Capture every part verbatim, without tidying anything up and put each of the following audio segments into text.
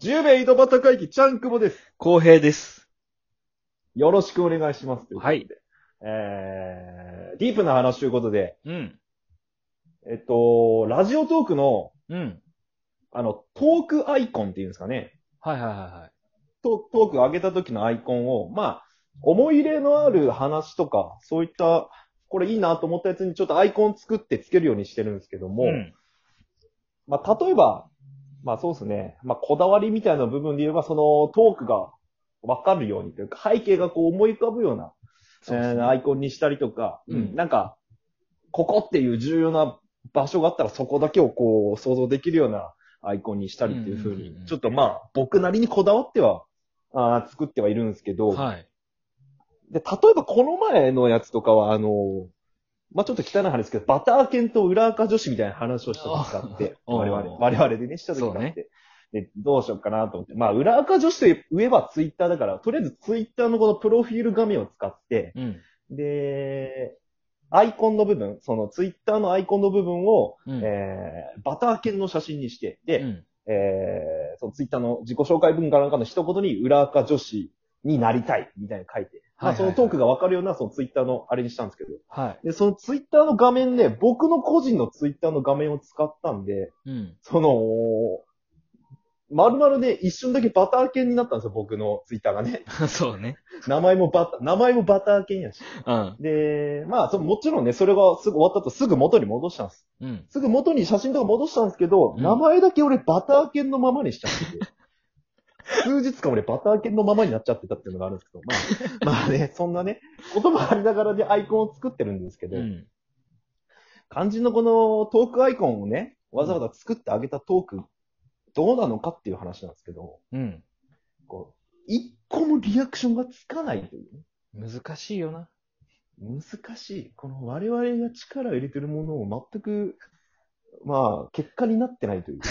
じゅうめい井戸端会議、ちゃんくぼです。 公平です。 よろしくお願いします。ということで。 はい。 えー、ディープな話ということで、 うん。 えっと、ラジオトークの、 うん。 あの、トークアイコンっていうんですかね。 はいはいはいはい。 トトーク上げた時のアイコンを、まあ、思い入れのある話とか、そういった、これいいなと思ったやつにちょっとアイコン作ってつけるようにしてるんですけども、 うん。 まあ、例えば、まあそうですね。まあ、こだわりみたいな部分で言えば、そのトークがわかるようにというか、背景がこう思い浮かぶような、 そうですね。 えーアイコンにしたりとか、 うんうん、なんか、ここっていう重要な場所があったらそこだけをこう想像できるようなアイコンにしたりっていう風に、 うんうんうんうんちょっとまあ僕なりにこだわっては、あー作ってはいるんですけど、 はい。 で、例えばこの前のやつとかは、あの、まあ、ちょっと汚い話ですけど、バター犬と裏垢女子みたいな話をした時があって、 お我々、 お我々でね、した時そうね。 があって。で、どうしようかなと思って。まあ、裏垢女子と言えばツイッターだから、とりあえずツイッターのこのプロフィール画面を使って、 うん。 で、アイコンの部分、そのツイッターのアイコンの部分を、 うん。 えー、バター犬の写真にして、で、 うん。 えー、そのツイッターの自己紹介文かなんかの一言に裏垢女子になりたいみたいな書いて、まあそのトークがわかるようなそのツイッターのあれにしたんですけど、 はい。 で、そのツイッターの画面で、僕の個人のツイッターの画面を使ったんで、 うん。 その、丸々ね、一瞬だけバター犬になったんですよ、僕のツイッターがね。 そうね。 名前もバタ、名前もバター犬やし。 うん。 で、まあ、そのもちろんね、それがすぐ終わった後すぐ元に戻したんです。 うん。 すぐ元に写真とか戻したんですけど、 うん名前だけ俺バター犬のままにしちゃってて。数日間俺バター犬のままになっちゃってたっていうのがあるんですけど、まあ、まあね、そんなね、こともありながらでアイコンを作ってるんですけど、 うん。 肝心のこのトークアイコンをね、わざわざ作ってあげたトーク、どうなのかっていう話なんですけど、 うん。 こう、一個もリアクションがつかないというね。 難しいよな。 難しい。この我々が力を入れてるものを全く、まあ、結果になってないという。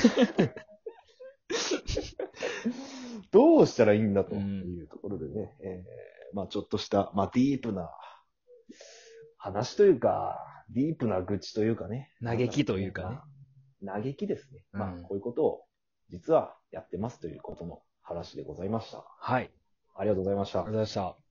どうしたらいいんだというところでね、えー、まあちょっとした、まあディープな話というか、ディープな愚痴というかね。 嘆きというかね。 まあ嘆きですね。 うんまあこういうことを実はやってますということの話でございました。 はい。 ありがとうございました。 ありがとうございました。